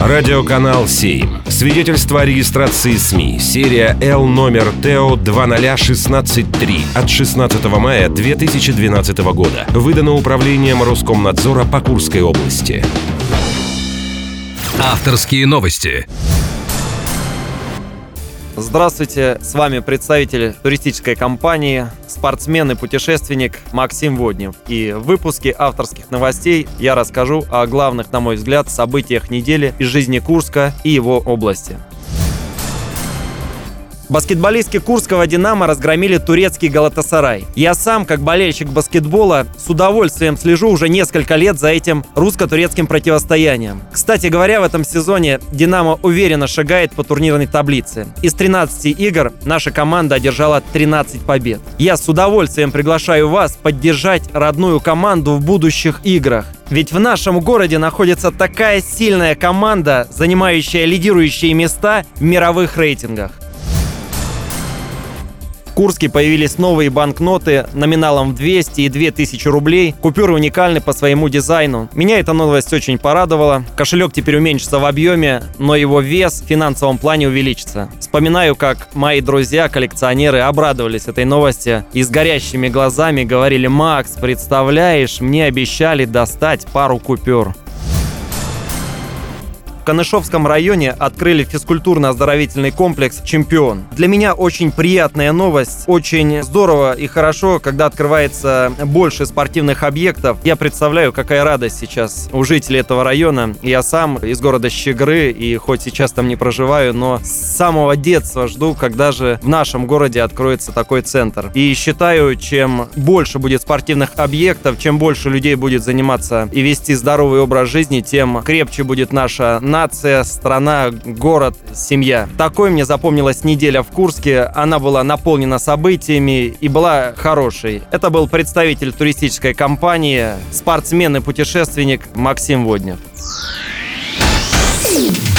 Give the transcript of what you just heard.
Радиоканал 7. Свидетельство о регистрации СМИ. Серия Л номер ТЭО 20163 от 16 мая 2012 года. Выдано Управлением Роскомнадзора по Курской области. Авторские новости. Здравствуйте, с вами представитель туристической компании, спортсмен и путешественник Максим Воднев. И в выпуске авторских новостей я расскажу о главных, на мой взгляд, событиях недели из жизни Курска и его области. Баскетболистки Курского «Динамо» разгромили турецкий «Галатасарай». Я сам, как болельщик баскетбола, с удовольствием слежу уже несколько лет за этим русско-турецким противостоянием. Кстати говоря, в этом сезоне «Динамо» уверенно шагает по турнирной таблице. Из 13 игр наша команда одержала 13 побед. Я с удовольствием приглашаю вас поддержать родную команду в будущих играх. Ведь в нашем городе находится такая сильная команда, занимающая лидирующие места в мировых рейтингах. В Курске появились новые банкноты номиналом в 200 и 2000 рублей. Купюры уникальны по своему дизайну. Меня эта новость очень порадовала. Кошелек теперь уменьшится в объеме, но его вес в финансовом плане увеличится. Вспоминаю, как мои друзья-коллекционеры обрадовались этой новости и с горящими глазами говорили: «Макс, представляешь, мне обещали достать пару купюр». В Канышевском районе открыли физкультурно-оздоровительный комплекс «Чемпион». Для меня очень приятная новость. Очень здорово и хорошо, когда открывается больше спортивных объектов. Я представляю, какая радость сейчас у жителей этого района. Я сам из города Щегры, и хоть сейчас там не проживаю, но с самого детства жду, когда же в нашем городе откроется такой центр. И считаю, чем больше будет спортивных объектов, чем больше людей будет заниматься и вести здоровый образ жизни, тем крепче будет наша нация, страна, город, семья. Такой мне запомнилась неделя в Курске. Она была наполнена событиями и была хорошей. Это был представитель туристической компании, спортсмен и путешественник Максим Воднев.